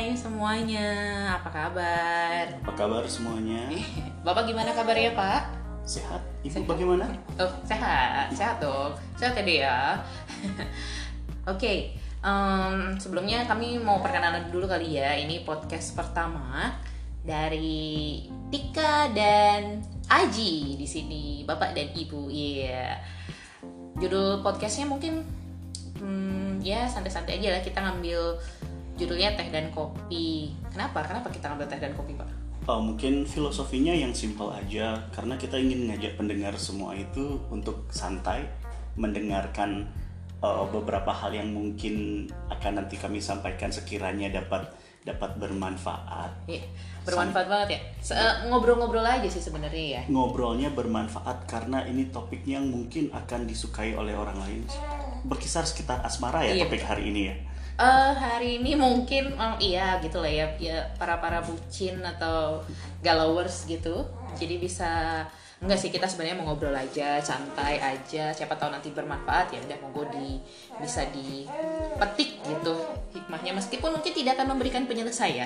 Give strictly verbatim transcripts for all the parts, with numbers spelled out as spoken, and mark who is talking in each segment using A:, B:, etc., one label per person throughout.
A: Hai semuanya, apa kabar?
B: Apa kabar semuanya?
A: Bapak gimana kabarnya Pak?
B: Sehat? Ibu
A: Sehat.
B: bagaimana?
A: Oh sehat, sehat dong, sehat ya dia. Oke, okay, um, sebelumnya kami mau perkenalan dulu kali ya. Ini podcast pertama dari Tika dan Aji di sini, Bapak dan Ibu. Iya. Yeah. Judul podcastnya mungkin, hmm, ya santai-santai aja lah. Kita ngambil judulnya teh dan kopi. Kenapa? Kenapa kita ngambil teh dan kopi, Pak?
B: Oh, mungkin filosofinya yang simpel aja, karena kita ingin ngajak pendengar semua itu untuk santai mendengarkan uh, beberapa hal yang mungkin akan nanti kami sampaikan sekiranya dapat dapat bermanfaat.
A: Iya, bermanfaat Sam- banget ya. Se- ngobrol-ngobrol aja sih sebenarnya ya.
B: Ngobrolnya bermanfaat karena ini topiknya yang mungkin akan disukai oleh orang lain. Berkisar sekitar asmara ya, iya, topik hari ini ya.
A: Uh, hari ini mungkin oh, iya gitu lah ya, ya para para bucin atau galowers gitu. Jadi bisa enggak sih, kita sebenarnya mau ngobrol aja, santai aja. Siapa tahu nanti bermanfaat, ya udah monggo di bisa dipetik gitu hikmahnya, meskipun mungkin tidak akan memberikan penyelesaian.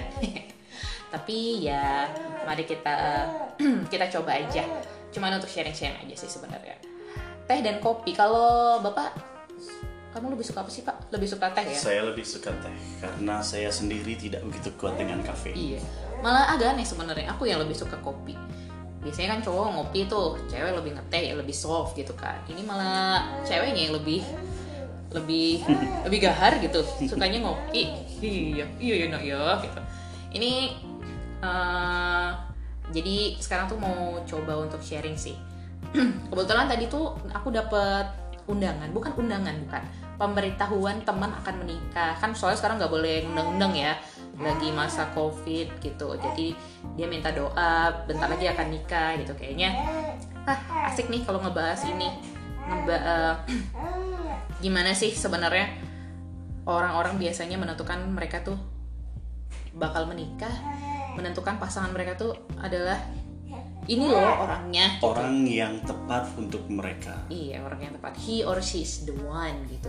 A: Tapi ya mari kita kita coba aja. Cuman untuk sharing-sharing aja sih sebenarnya. Teh dan kopi. Kalau Bapak, kamu lebih suka apa sih Pak? Lebih suka teh ya?
B: Saya lebih suka teh karena saya sendiri tidak begitu kuat dengan kafein.
A: Iya. Malah agak aneh sebenarnya. Aku yang lebih suka kopi. Biasanya kan cowok ngopi tuh, cewek lebih ngeteh, ya lebih soft gitu kan. Ini malah ceweknya yang lebih lebih lebih gahar gitu. Sukanya ngopi. Iya, iya iya no, iya gitu. Ini uh, jadi sekarang tuh mau coba untuk sharing sih. Kebetulan tadi tuh aku dapet undangan, bukan undangan, bukan pemberitahuan teman akan menikah. Kan soalnya sekarang nggak boleh neng-neng ya, lagi masa covid gitu. Jadi dia minta doa, bentar lagi akan nikah gitu. Kayaknya ah, asik nih kalau ngebahas ini. Ngeba- uh, gimana sih sebenarnya orang-orang biasanya menentukan mereka tuh bakal menikah, menentukan pasangan mereka tuh adalah ini loh orangnya gitu.
B: Orang yang tepat untuk mereka.
A: Iya, orang yang tepat. He or she is the one gitu.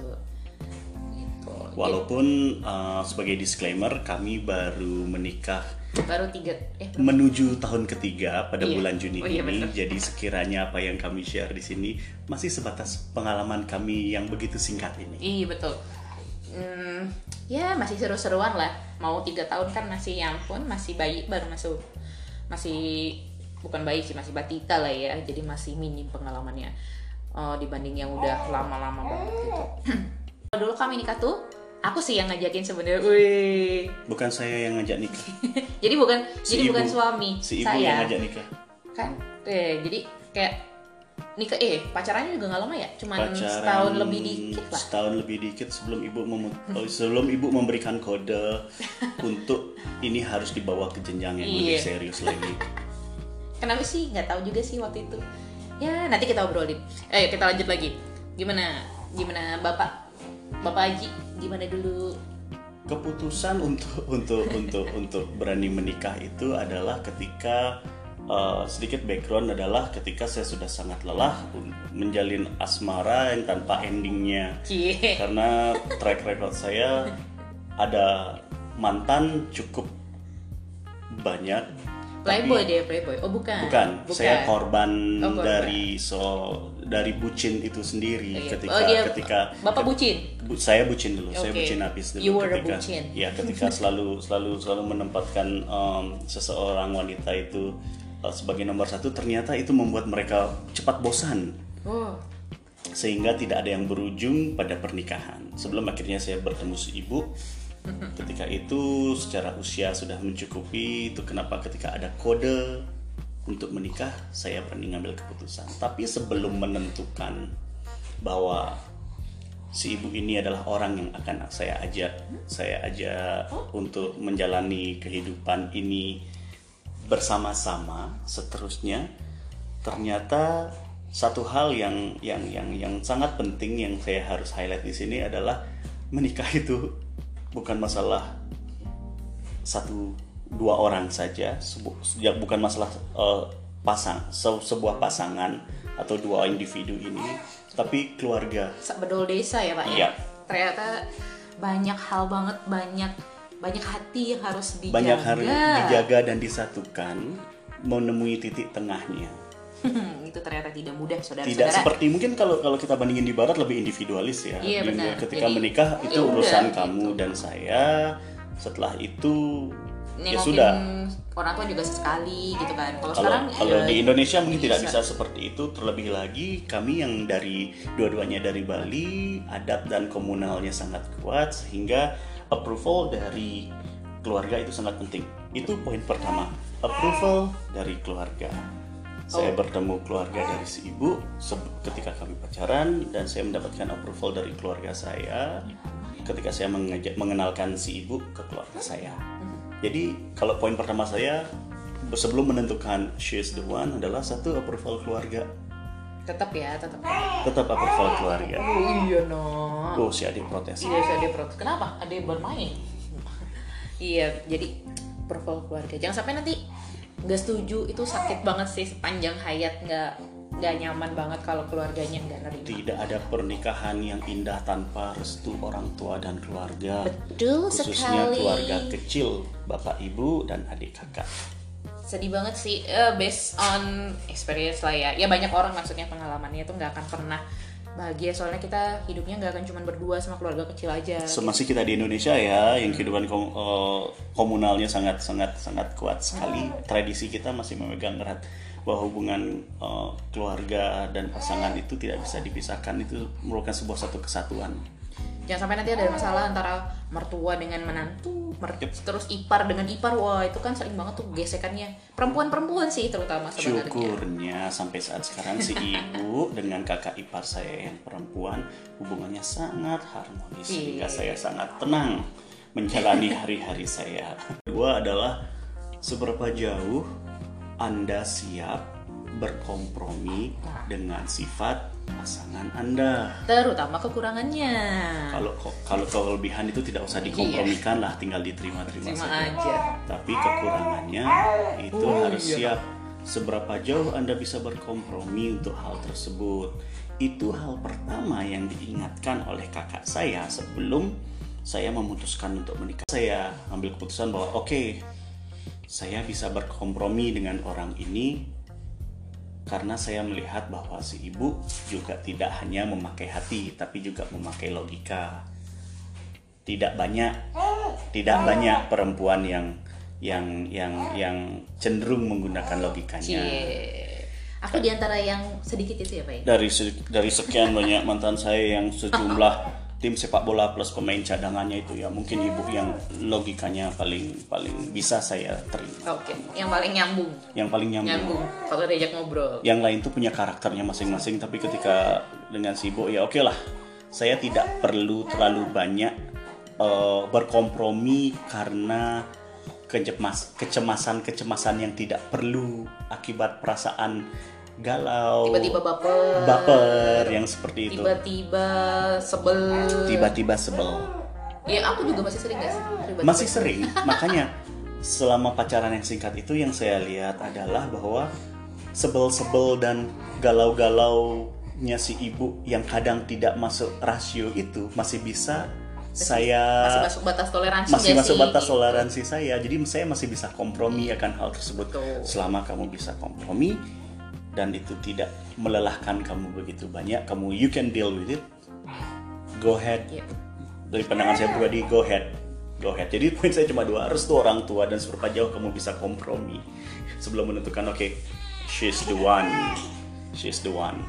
A: Gitu.
B: Walaupun uh, sebagai disclaimer, kami baru menikah
A: baru tiga eh
B: menuju tahun ketiga pada
A: iya.
B: bulan Juni
A: oh, iya,
B: ini.
A: betul.
B: Jadi sekiranya apa yang kami share di sini masih sebatas pengalaman kami yang begitu singkat ini.
A: Iya betul. Hmm, ya masih seru-seruan lah. Mau tiga tahun kan masih, ya ampun, masih bayi, baru masuk, masih bukan bayi sih, masih batita lah ya. Jadi masih minim pengalamannya uh, dibanding yang udah lama-lama banget gitu. Dulu kami nikah tuh, aku sih yang ngajakin sebenarnya. Wih.
B: Bukan saya yang ngajak nikah.
A: jadi bukan
B: si
A: jadi
B: ibu,
A: bukan suami,
B: si ibu
A: saya.
B: yang ngajak nikah.
A: Kan, eh, jadi kayak nikah eh pacarannya juga nggak lama ya, cuman
B: Pacaran
A: setahun lebih dikit lah.
B: Setahun lebih dikit sebelum ibu mem- sebelum ibu memberikan kode untuk ini harus dibawa ke jenjang yang lebih
A: Iya.
B: serius lagi.
A: Kenapa sih? Nggak tahu juga sih waktu itu. Ya nanti kita obrolin. Eh kita lanjut lagi. Gimana? Gimana Bapak? Bapak Haji, gimana dulu?
B: Keputusan untuk untuk untuk untuk berani menikah itu adalah ketika uh, sedikit background adalah ketika saya sudah sangat lelah menjalin asmara yang tanpa endingnya.
A: Cie.
B: Karena track record saya ada mantan cukup banyak.
A: Playboy deh, playboy. Oh bukan.
B: Bukan,
A: bukan.
B: saya korban,
A: Oh, korban.
B: dari so dari bucin itu sendiri.
A: Oh, iya.
B: ketika
A: Oh, dia,
B: ketika
A: Bapak
B: ke-
A: bucin.
B: bu, saya bucin dulu,
A: Okay.
B: saya bucin habis dulu.
A: You were a
B: ketika,
A: bucin.
B: Ya, ketika selalu selalu selalu menempatkan um, seseorang wanita itu uh, sebagai nomor satu, ternyata itu membuat mereka cepat bosan.
A: Oh.
B: Sehingga tidak ada yang berujung pada pernikahan. Sebelum akhirnya saya bertemu si ibu. Ketika itu secara usia sudah mencukupi, itu kenapa ketika ada kode untuk menikah saya berani ngambil keputusan. Tapi sebelum menentukan bahwa si ibu ini adalah orang yang akan saya ajak saya ajak untuk menjalani kehidupan ini bersama-sama seterusnya, ternyata satu hal yang yang yang yang sangat penting yang saya harus highlight di sini adalah menikah itu bukan masalah satu dua orang saja, sebu- ya bukan masalah uh, pasang se- sebuah pasangan atau dua individu ini, tapi keluarga.
A: Bedol desa ya Pak ya.
B: Iya.
A: Ternyata banyak hal banget, banyak banyak hati yang harus dijaga.
B: Banyak harus dijaga dan disatukan, menemui titik tengahnya.
A: Itu ternyata tidak mudah, saudara-saudara.
B: Tidak seperti mungkin kalau kalau kita bandingin di barat lebih individualis ya.
A: Iya, benar.
B: Ketika
A: Jadi,
B: menikah itu
A: ya
B: urusan
A: udah,
B: kamu
A: gitu.
B: dan saya. Setelah itu ya
A: Nengokin
B: sudah.
A: orang tua juga sesekali gitu kan. Kalau
B: Kalau
A: sekarang
B: kalau
A: ya,
B: di Indonesia mungkin tidak
A: bisa.
B: bisa seperti itu. Terlebih lagi kami yang dari dua-duanya dari Bali, adat dan komunalnya sangat kuat sehingga approval dari keluarga itu sangat penting. Itu poin pertama, approval dari keluarga. Saya
A: Oh.
B: bertemu keluarga dari si ibu ketika kami pacaran dan saya mendapatkan approval dari keluarga saya ketika saya mengajak, mengenalkan si ibu ke keluarga saya. Jadi kalau poin pertama saya sebelum menentukan she's the one adalah satu approval keluarga.
A: Tetap ya, tetap.
B: Tetap approval keluarga.
A: Oh iya no.
B: Oh si adik protes.
A: Iya, saya ada protes. Kenapa? Ada yang bermain. Iya, jadi approval keluarga. Jangan sampai nanti nggak setuju, itu sakit banget sih sepanjang hayat, nggak nggak nyaman banget kalau keluarganya nggak nerima.
B: Tidak ada pernikahan yang indah tanpa restu orang tua dan keluarga.
A: Betul
B: Khususnya
A: sekali.
B: keluarga kecil, bapak ibu dan adik kakak.
A: Sedih banget sih, eh, based on experience lah ya. Ya banyak orang maksudnya pengalamannya itu nggak akan pernah bahagia, soalnya kita hidupnya nggak akan cuma berdua sama keluarga kecil aja.
B: Semasih kita di Indonesia ya, yang kehidupan kom- eh, komunalnya sangat sangat sangat kuat sekali. Tradisi kita masih memegang erat bahwa hubungan eh, keluarga dan pasangan itu tidak bisa dipisahkan. Itu merupakan sebuah satu kesatuan.
A: Jangan sampai nanti ada masalah antara mertua dengan menantu, mer- terus ipar dengan ipar. Wah, itu kan sering banget tuh gesekannya. Perempuan-perempuan sih terutama sebenarnya.
B: Syukurnya sampai saat sekarang si ibu dengan kakak ipar saya yang perempuan hubungannya sangat harmonis sehingga saya sangat tenang menjalani hari-hari saya. Kedua adalah seberapa jauh Anda siap berkompromi dengan sifat pasangan Anda.
A: Terutama kekurangannya.
B: Kalau kalau kelebihan itu tidak usah dikompromikan lah, tinggal diterima-terima
A: Terima
B: saja.
A: aja.
B: Tapi kekurangannya itu
A: Oh,
B: harus
A: iya.
B: siap. Seberapa jauh Anda bisa berkompromi untuk hal tersebut. Itu hal pertama yang diingatkan oleh kakak saya sebelum saya memutuskan untuk menikah. Saya ambil keputusan bahwa oke, okay, saya bisa berkompromi dengan orang ini karena saya melihat bahwa si ibu juga tidak hanya memakai hati tapi juga memakai logika. Tidak banyak tidak banyak perempuan yang yang yang yang cenderung menggunakan logikanya.
A: Cie. Aku diantara yang sedikit itu ya Pak ya?
B: Dari se- dari sekian banyak mantan saya yang sejumlah tim sepak bola plus pemain cadangannya itu ya mungkin ibu yang logikanya paling paling bisa saya terima.
A: Oke, yang paling nyambung.
B: Yang paling nyambung.
A: Nyambung kalau diajak ngobrol.
B: Yang lain tuh punya karakternya masing-masing tapi ketika dengan si ibu ya oke lah. Saya tidak perlu terlalu banyak uh, berkompromi karena kecemas kecemasan-kecemasan yang tidak perlu akibat perasaan galau,
A: Tiba-tiba baper.
B: baper yang seperti itu.
A: Tiba-tiba sebel.
B: Tiba-tiba sebel.
A: Ya aku juga masih sering gak sih? Tiba-tiba.
B: Masih sering, makanya selama pacaran yang singkat itu yang saya lihat adalah bahwa sebel-sebel dan galau-galaunya si ibu yang kadang tidak masuk rasio itu masih bisa saya
A: Masih masuk batas toleransi
B: masih
A: gak
B: masuk
A: sih?
B: batas toleransi saya. Jadi saya masih bisa kompromi akan hal tersebut.
A: Betul.
B: Selama kamu bisa kompromi dan itu tidak melelahkan kamu begitu banyak, kamu you can deal with it. Go ahead.
A: Iya.
B: Dari pandangan saya pribadi, go ahead. Go ahead. Jadi poin saya cuma dua, restu orang tua dan seberapa jauh kamu bisa kompromi sebelum menentukan oke, okay, she's the one. She's the one.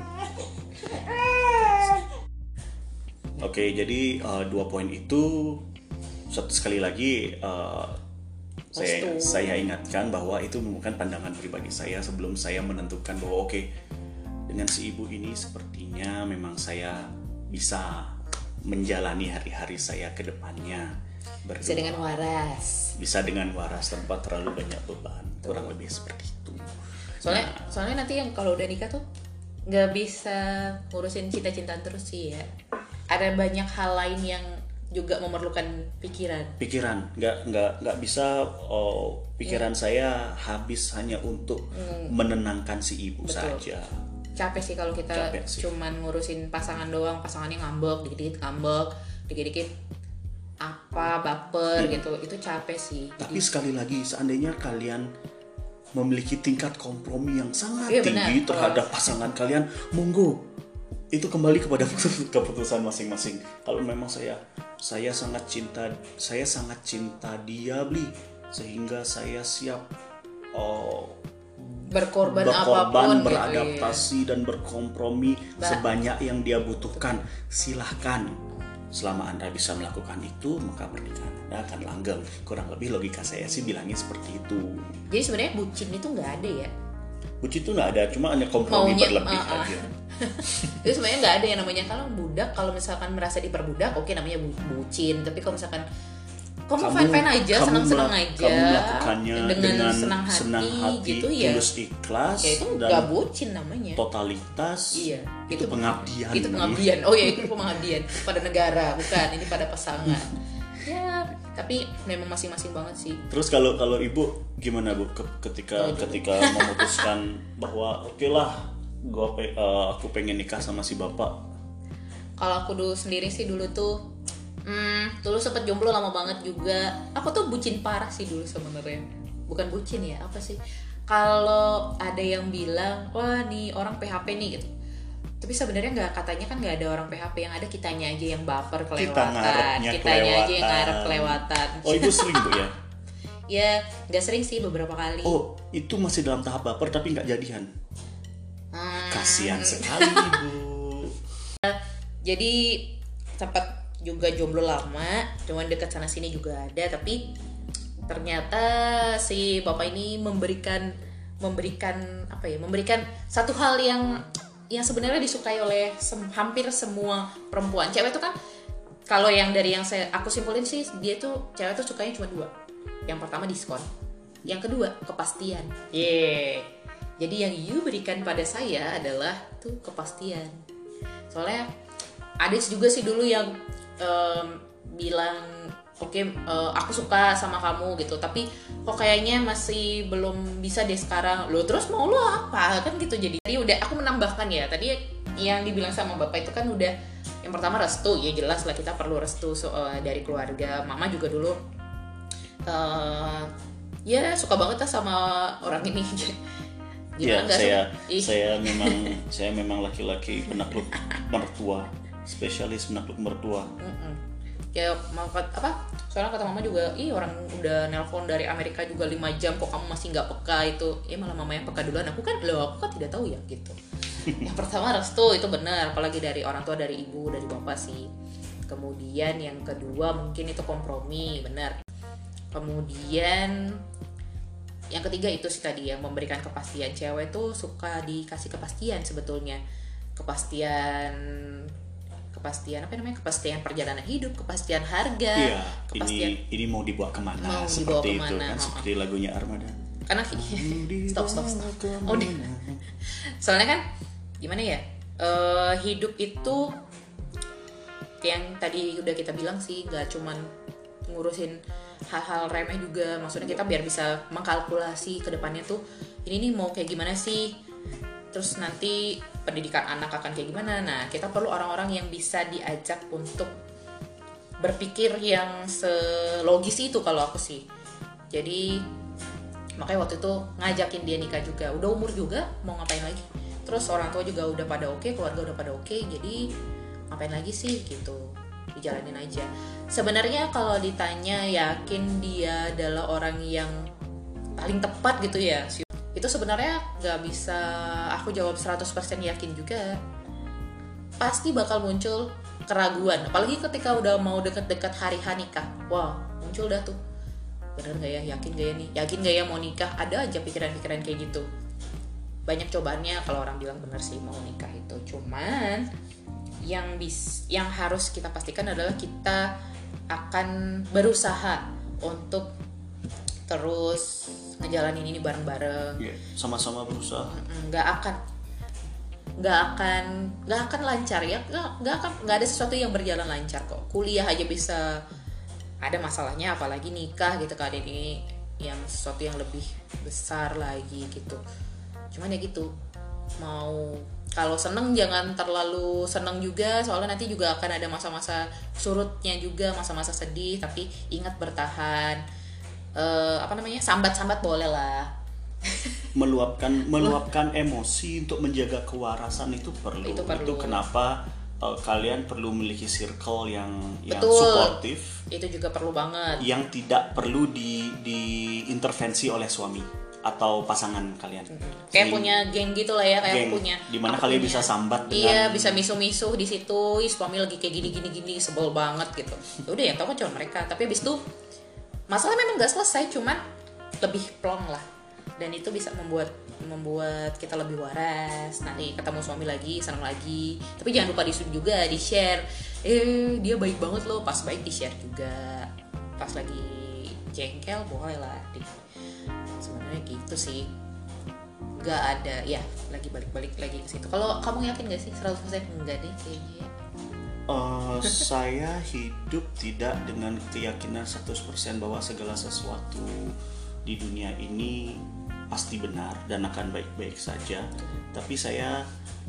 B: Oke, okay, jadi uh, dua poin itu satu sekali lagi uh, saya
A: Restu.
B: saya ingatkan bahwa itu merupakan pandangan pribadi saya sebelum saya menentukan bahwa oke, okay, dengan si ibu ini sepertinya memang saya bisa menjalani hari-hari saya ke depannya berdua.
A: Bisa dengan waras.
B: Bisa dengan waras tanpa terlalu banyak beban. Kurang lebih seperti itu.
A: Soalnya
B: Nah,
A: soalnya nanti yang kalau udah nikah tuh nggak bisa ngurusin cinta-cintaan terus sih ya. Ada banyak hal lain yang juga memerlukan pikiran.
B: pikiran nggak nggak nggak bisa oh, pikiran
A: Hmm.
B: saya habis hanya untuk menenangkan si ibu
A: Betul.
B: saja.
A: Capek sih kalau kita
B: Capek sih.
A: cuman ngurusin pasangan doang, pasangannya ngambek, dikit-dikit ngambek, dikit-dikit apa baper hmm. gitu, itu capek sih.
B: Tapi jadi, sekali lagi seandainya kalian memiliki tingkat kompromi yang sangat
A: iya,
B: tinggi
A: benar.
B: terhadap pasangan kalian, monggo, itu kembali kepada keputusan masing-masing. Kalau memang saya saya sangat cinta saya sangat cinta dia, Bli, sehingga saya siap oh,
A: berkorban,
B: berkorban
A: apapun,
B: beradaptasi
A: gitu, ya.
B: dan berkompromi
A: bah.
B: sebanyak yang dia butuhkan, silahkan. Selama Anda bisa melakukan itu, maka pernikahan Anda akan langgeng. Kurang lebih logika saya sih bilangnya seperti itu.
A: Jadi sebenarnya bucin itu nggak ada ya?
B: Bucin itu nggak ada, cuma hanya kompromi Maunya, berlebih uh, uh. aja.
A: Itu sebenarnya nggak ada yang namanya, kalau budak, kalau misalkan merasa diperbudak, oke namanya bucin. Tapi kalau misalkan kamu, kamu fine-fine aja, senang-senang aja,
B: kamu melakukannya
A: dengan,
B: dengan
A: senang hati,
B: senang hati
A: gitu ya,
B: tulus ikhlas,
A: ya itu
B: dan
A: nggak bucin namanya.
B: Totalitas,
A: iya,
B: itu, itu pengabdian.
A: Itu pengabdian. Oh ya, itu pengabdian pada negara, bukan ini pada pasangan. Ya, tapi memang masing-masing banget sih.
B: Terus kalau kalau ibu gimana, Bu, ketika oh, ketika memutuskan bahwa oke okay lah, gua pe, uh, aku pengen nikah sama si bapak.
A: Kalau aku dulu sendiri sih dulu tuh, hmm, dulu sempet jomblo lama banget juga. Aku tuh bucin parah sih dulu sebenarnya. Bukan bucin ya, apa sih? Kalau ada yang bilang, wah nih orang P H P nih gitu. Tapi sebenarnya nggak, katanya kan nggak ada orang P H P yang ada, kitanya aja yang baper kelewatan,
B: Kita
A: kitanya
B: kelewatan.
A: aja yang ngarep kelewatan.
B: Oh itu sering, Bu, ya?
A: Ya nggak sering sih, beberapa kali.
B: Oh itu masih dalam tahap baper tapi nggak jadian. Hmm. Kasian sekali, Bu.
A: Jadi sempat juga jomblo lama, cuman dekat sana sini juga ada, tapi ternyata si bapak ini memberikan memberikan apa ya? Memberikan satu hal yang yang sebenarnya disukai oleh sem- hampir semua perempuan. Cewek tuh kan, kalau yang dari yang saya aku simpulin sih, dia tuh cewek tuh sukanya cuma dua. Yang pertama diskon, yang kedua kepastian. Yeah. Jadi yang you berikan pada saya adalah tuh kepastian. Soalnya ada juga sih dulu yang um, bilang oke okay, uh, aku suka sama kamu gitu, tapi kok kayaknya masih belum bisa deh sekarang. Lo terus mau lo apa kan gitu. Jadi, jadi udah aku menambahkan ya, tadi yang dibilang sama bapak itu kan udah yang pertama restu, ya jelas lah kita perlu restu so, uh, dari keluarga. Mama juga dulu uh, ya suka banget lah sama orang ini.
B: Ya saya sih? saya memang saya memang laki-laki penakluk mertua, spesialis menakluk mertua.
A: Mm-mm. Ya mau apa? Soalnya kata mama juga, ih orang udah nelpon dari Amerika juga lima jam kok kamu masih nggak peka itu. Ya malah mama yang peka duluan. Aku kan loh, aku kan tidak tahu ya gitu. Yang pertama restu itu benar, apalagi dari orang tua, dari ibu, dari bapak sih. Kemudian yang kedua mungkin itu kompromi, benar. Kemudian yang ketiga itu sih tadi yang memberikan kepastian. Cewek tuh suka dikasih kepastian sebetulnya. Kepastian kepastian apa namanya? Kepastian perjalanan hidup, kepastian harga,
B: iya,
A: kepastian
B: ini ini mau dibawa kemana?
A: Mau
B: seperti
A: dibawa
B: itu
A: kemana?
B: kan, oh, seperti lagunya Armada.
A: Karena stop stop stop. Oh, soalnya kan gimana ya? Uh, hidup itu yang tadi udah kita bilang sih, nggak cuman ngurusin hal-hal remeh juga. Maksudnya kita biar bisa mengkalkulasi ke depannya tuh ini nih mau kayak gimana sih, terus nanti pendidikan anak akan kayak gimana. Nah kita perlu orang-orang yang bisa diajak untuk berpikir yang selogis itu kalau aku sih. Jadi makanya waktu itu ngajakin dia nikah juga, udah umur juga, mau ngapain lagi. Terus orang tua juga udah pada oke, keluarga udah pada oke, jadi ngapain lagi sih gitu, dijalanin aja. Sebenarnya kalau ditanya yakin dia adalah orang yang paling tepat gitu ya, itu sebenarnya gak bisa aku jawab seratus persen yakin juga. Pasti bakal muncul keraguan, apalagi ketika udah mau deket-deket hari H nikah. Wah, muncul dah tuh, bener gak ya, yakin gak ya nih, yakin gak ya mau nikah. Ada aja pikiran-pikiran kayak gitu. Banyak cobaannya kalau orang bilang bener sih mau nikah itu. Cuman yang bis, yang harus kita pastikan adalah kita akan berusaha untuk terus ngejalanin ini bareng-bareng.
B: Yeah, sama-sama berusaha.
A: Nggak akan, nggak akan, nggak akan lancar ya. Nggak, nggak akan, nggak ada sesuatu yang berjalan lancar kok. Kuliah aja bisa ada masalahnya, apalagi nikah gitu kan, ini yang sesuatu yang lebih besar lagi gitu. Cuman ya gitu, mau kalau seneng jangan terlalu seneng juga, soalnya nanti juga akan ada masa-masa surutnya juga, masa-masa sedih. Tapi ingat bertahan. Uh, apa namanya, sambat-sambat boleh lah.
B: meluapkan meluapkan emosi untuk menjaga kewarasan itu perlu.
A: Itu perlu.
B: Itu kenapa uh, kalian perlu memiliki circle yang yang
A: Betul.
B: suportif.
A: Itu juga perlu banget.
B: Yang tidak perlu di diintervensi oleh suami atau pasangan kalian.
A: Mm-hmm. Kayak punya geng gitu lah ya, kayak
B: geng,
A: aku punya.
B: Dimana
A: aku
B: kalian
A: punya,
B: bisa sambat dengan.
A: Iya, bisa misuh-misuh di situ. Ih, suami lagi kayak gini gini gini, sebel banget gitu. Ya udah, yang tahu kan cuma mereka. Tapi abis itu masalah memang gak selesai, cuman lebih plong lah. Dan itu bisa membuat membuat kita lebih waras. Nanti ketemu suami lagi, senang lagi. Tapi jangan lupa di juga di share. Eh, dia baik banget loh. Pas baik di share juga. Pas lagi jengkel boleh lah. Sebenarnya gitu sih. Gak ada ya. Lagi balik-balik lagi ke situ. Kalau kamu yakin gak sih seratus persen enggak deh kayaknya?
B: Uh, saya hidup tidak dengan keyakinan seratus persen bahwa segala sesuatu di dunia ini pasti benar dan akan baik-baik saja. Tapi saya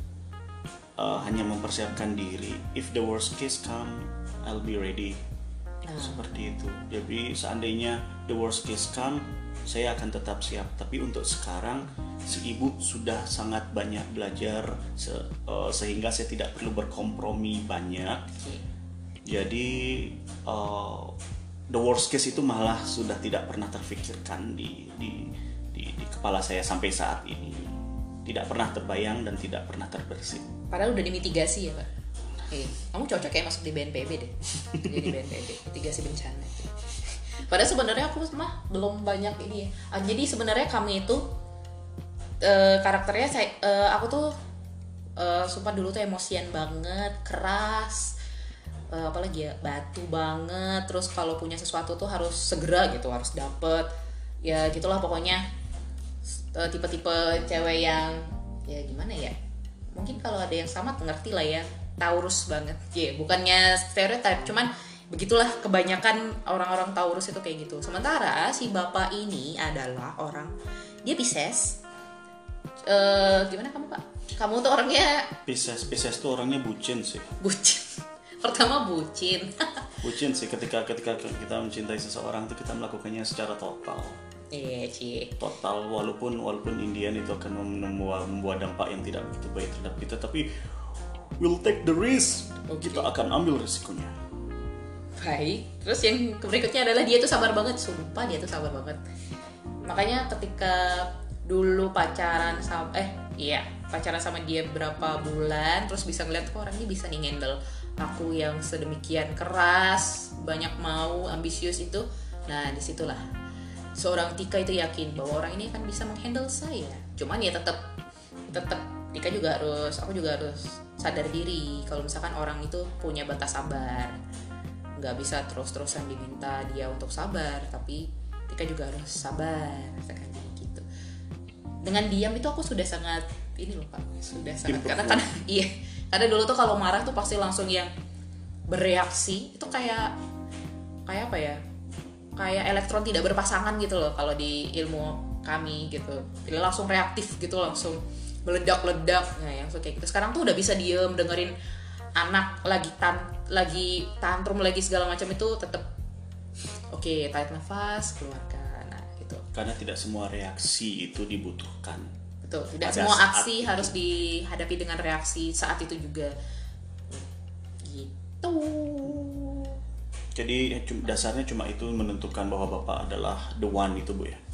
B: uh, hanya mempersiapkan diri. If the worst case come, I'll be ready. Nah. Seperti itu. Jadi seandainya the worst case come, saya akan tetap siap. Tapi untuk sekarang si ibu sudah sangat banyak belajar se- uh, sehingga saya tidak perlu berkompromi banyak. Jadi uh, the worst case itu malah sudah tidak pernah terfikirkan di di Di, di kepala saya sampai saat ini. Tidak pernah terbayang dan tidak pernah terbersit.
A: Padahal udah dimitigasi ya Pak. Eh, kamu cocok kayak masuk di B N P B deh. Jadi B N P B, mitigasi bencana. Padahal sebenarnya aku mah belum banyak ini ya. Ah, jadi sebenarnya kami itu uh, karakternya saya, uh, aku tuh uh, sumpah dulu tuh emosian banget, keras, uh, apalagi ya batu banget. Terus kalau punya sesuatu tuh harus segera gitu, harus dapet. Ya gitulah pokoknya. Tipe-tipe cewek yang ya gimana ya, mungkin kalau ada yang sama ngerti lah ya, Taurus banget ya, yeah, bukannya stereotip, cuman begitulah kebanyakan orang-orang Taurus itu kayak gitu. Sementara si bapak ini adalah orang, dia Pisces. Uh, gimana kamu Pak? Kamu tuh orangnya
B: Pisces, Pisces tuh orangnya bucin sih.
A: Bucin. Pertama bucin.
B: Bucin sih ketika ketika kita mencintai seseorang tuh kita melakukannya secara total.
A: Iya sih.
B: Total, walaupun walaupun Indian itu akan membuat, membuat dampak yang tidak begitu baik terhadap kita, tapi we'll take the risk. Okay. Kita akan ambil risikonya.
A: Baik. Terus yang berikutnya adalah dia tuh sabar banget, sumpah dia tuh sabar banget. Makanya ketika dulu pacaran sama eh iya pacaran sama dia berapa bulan, terus bisa ngeliat kok orang ini bisa nih handle aku yang sedemikian keras, banyak mau, ambisius itu. Nah disitulah seorang Tika itu yakin bahwa orang ini akan bisa menghandle saya. Cuman ya tetap tetap Tika juga harus, aku juga harus sadar diri kalau misalkan orang itu punya batas sabar. Nggak bisa terus-terusan diminta dia untuk sabar, tapi Tika juga harus sabar, misalkan gitu. Dengan diam itu aku sudah sangat ini loh Pak, sudah sangat karena kan iya, karena dulu tuh kalau marah tuh pasti langsung yang bereaksi, itu kayak kayak apa ya? Kayak elektron tidak berpasangan gitu loh kalau di ilmu kami gitu. Jadi langsung reaktif gitu, langsung meledak-ledak. Nah, yang kayak gitu. Sekarang tuh udah bisa diem dengerin anak lagi tan lagi tantrum lagi segala macam itu tetap oke, okay, tarik nafas, keluarkan. Nah, gitu.
B: Karena tidak semua reaksi itu dibutuhkan.
A: Betul, tidak semua aksi itu harus dihadapi dengan reaksi saat itu juga. Gitu.
B: Jadi dasarnya cuma itu menentukan bahwa Bapak adalah the one itu Bu ya?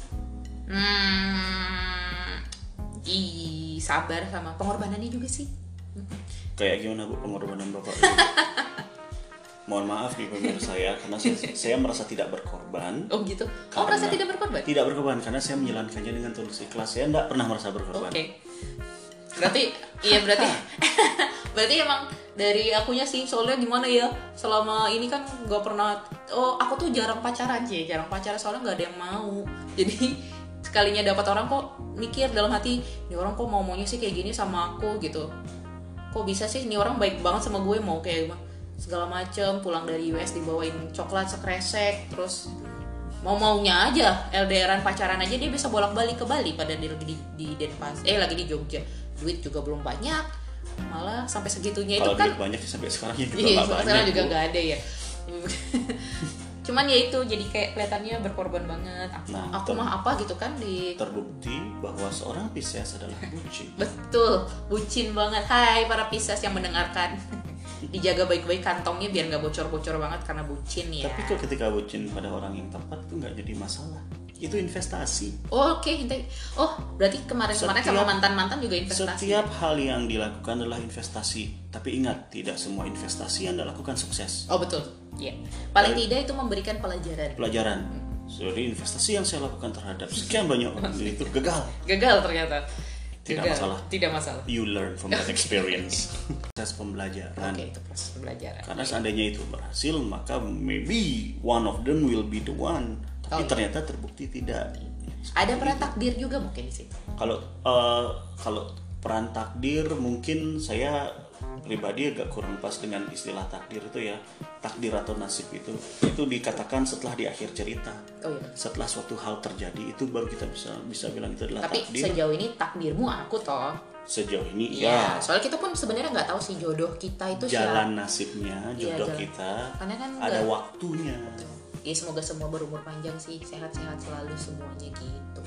A: Hmm, ih, sabar sama pengorbanannya juga sih.
B: Kayak gimana Bu pengorbanan Bapak? Mohon maaf nih pemirsa saya, karena saya, saya merasa tidak berkorban.
A: Oh gitu? Oh merasa tidak berkorban?
B: Tidak berkorban, karena saya menjalankannya dengan tulus ikhlas. Saya tidak pernah merasa berkorban.
A: Oke. Okay. Berarti, iya berarti berarti emang dari akunya sih, soalnya gimana ya, selama ini kan gak pernah, oh aku tuh jarang pacaran sih, jarang pacaran soalnya gak ada yang mau. Jadi sekalinya dapat orang kok mikir dalam hati, ini orang kok mau-maunya sih kayak gini sama aku gitu. Kok bisa sih, ini orang baik banget sama gue, mau kayak segala macem, pulang dari U S dibawain coklat sekresek, terus mau-maunya aja, L D R-an pacaran aja dia bisa bolak-balik ke Bali, pada dia lagi di, di Denpasar, eh lagi di Jogja, duit juga belum banyak. malah sampai segitunya itu
B: Kalau
A: kan
B: duit banyak sampai sekarang juga
A: iya,
B: nggak banyak.
A: sekarang juga
B: Bu.
A: nggak ada ya. Cuman ya itu jadi kayak kelihatannya berkorban banget. Aku,
B: Nah,
A: aku
B: ter-
A: mah apa gitu kan di
B: Terbukti bahwa seorang Pisces adalah bucin.
A: betul bucin banget. Hai para Pisces yang mendengarkan, dijaga baik-baik kantongnya biar nggak bocor-bocor banget karena bucin ya.
B: Tapi kok ketika bucin pada orang yang tepat tuh nggak jadi masalah. Itu investasi.
A: Oh, oke, okay. Oh, berarti kemarin-kemarin sama
B: Setiap-
A: mantan-mantan juga investasi.
B: Setiap hal yang dilakukan adalah investasi. Tapi ingat, tidak semua investasi Anda lakukan sukses.
A: Oh betul, iya. Paling
B: Baik.
A: tidak itu memberikan pelajaran.
B: Pelajaran. Jadi investasi yang saya lakukan terhadap sekian banyak orang itu gagal.
A: Gagal ternyata.
B: Tidak
A: Gagal.
B: masalah.
A: Tidak masalah.
B: You learn from that experience. Proses pembelajaran.
A: Oke, itu proses pembelajaran.
B: Karena seandainya itu berhasil, maka maybe one of them will be the one. Tapi
A: Oh, iya.
B: ternyata terbukti tidak.
A: Ada peran takdir juga mungkin di situ.
B: Kalau eh, kalau peran takdir mungkin saya pribadi agak kurang pas dengan istilah takdir itu ya. Takdir atau nasib itu itu dikatakan setelah di akhir cerita.
A: Oh iya.
B: Setelah suatu hal terjadi itu baru kita bisa bisa bilang itu adalah
A: Tapi
B: takdir.
A: sejauh ini takdirmu aku toh.
B: Sejauh ini
A: Iya.
B: ya
A: Soalnya kita pun sebenarnya nggak tahu sih jodoh kita itu siapa.
B: jalan nasibnya,
A: Iya,
B: jodoh
A: jalan.
B: kita
A: Karena kan
B: ada
A: nggak-
B: waktunya.
A: Ya semoga semua berumur panjang sih, sehat-sehat selalu semuanya gitu.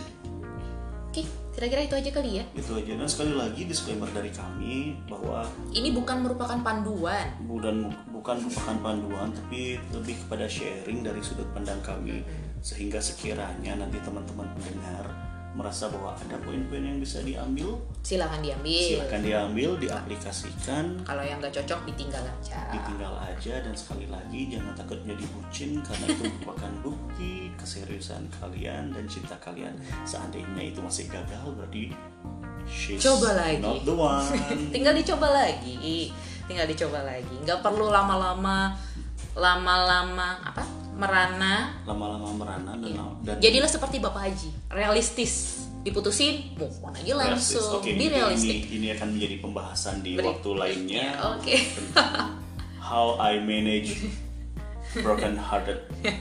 A: Oke, kira-kira itu aja kali ya.
B: Itu aja. Dan sekali lagi disclaimer dari kami bahwa
A: Ini bukan merupakan panduan.
B: bukan bukan merupakan panduan tapi lebih kepada sharing dari sudut pandang kami, sehingga sekiranya nanti teman-teman pendengar merasa bahwa ada poin-poin yang bisa diambil,
A: Silahkan diambil.
B: silakan diambil, diaplikasikan,
A: Kalau yang nggak cocok ditinggal aja.
B: ditinggal aja. Dan sekali lagi jangan takut menjadi bucin karena itu merupakan bukti keseriusan kalian dan cinta kalian. Seandainya itu masih gagal berarti she's
A: Coba lagi.
B: not the one.
A: Tinggal dicoba lagi. Tinggal dicoba lagi. Nggak perlu lama-lama lama-lama apa? Merana.
B: Lama-lama merana dan, dan
A: Jadilah seperti Bapak Haji, realistis. Diputusin, move on aja
B: realistis.
A: langsung.
B: Oke,
A: Be
B: ini,
A: realistic.
B: ini ini akan menjadi pembahasan di
A: Beri-
B: waktu lainnya.
A: Oke.
B: Tentang how I manage broken hearted.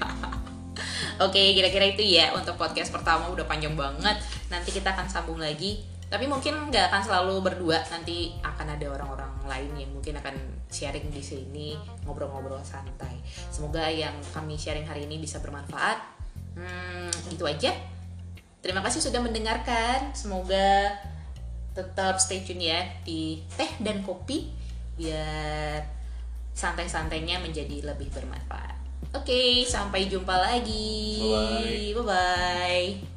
A: Oke, kira-kira itu ya untuk podcast pertama. Udah panjang banget. Nanti kita akan sambung lagi. Tapi mungkin nggak akan selalu berdua. Nanti akan ada orang-orang lain yang mungkin akan sharing di sini, ngobrol-ngobrol santai. Semoga yang kami sharing hari ini bisa bermanfaat. Hmm, itu aja. Terima kasih sudah mendengarkan. Semoga tetap stay tune ya di Teh dan Kopi biar santai-santainya menjadi lebih bermanfaat. Oke, sampai jumpa lagi.
B: Bye-bye.
A: Bye-bye.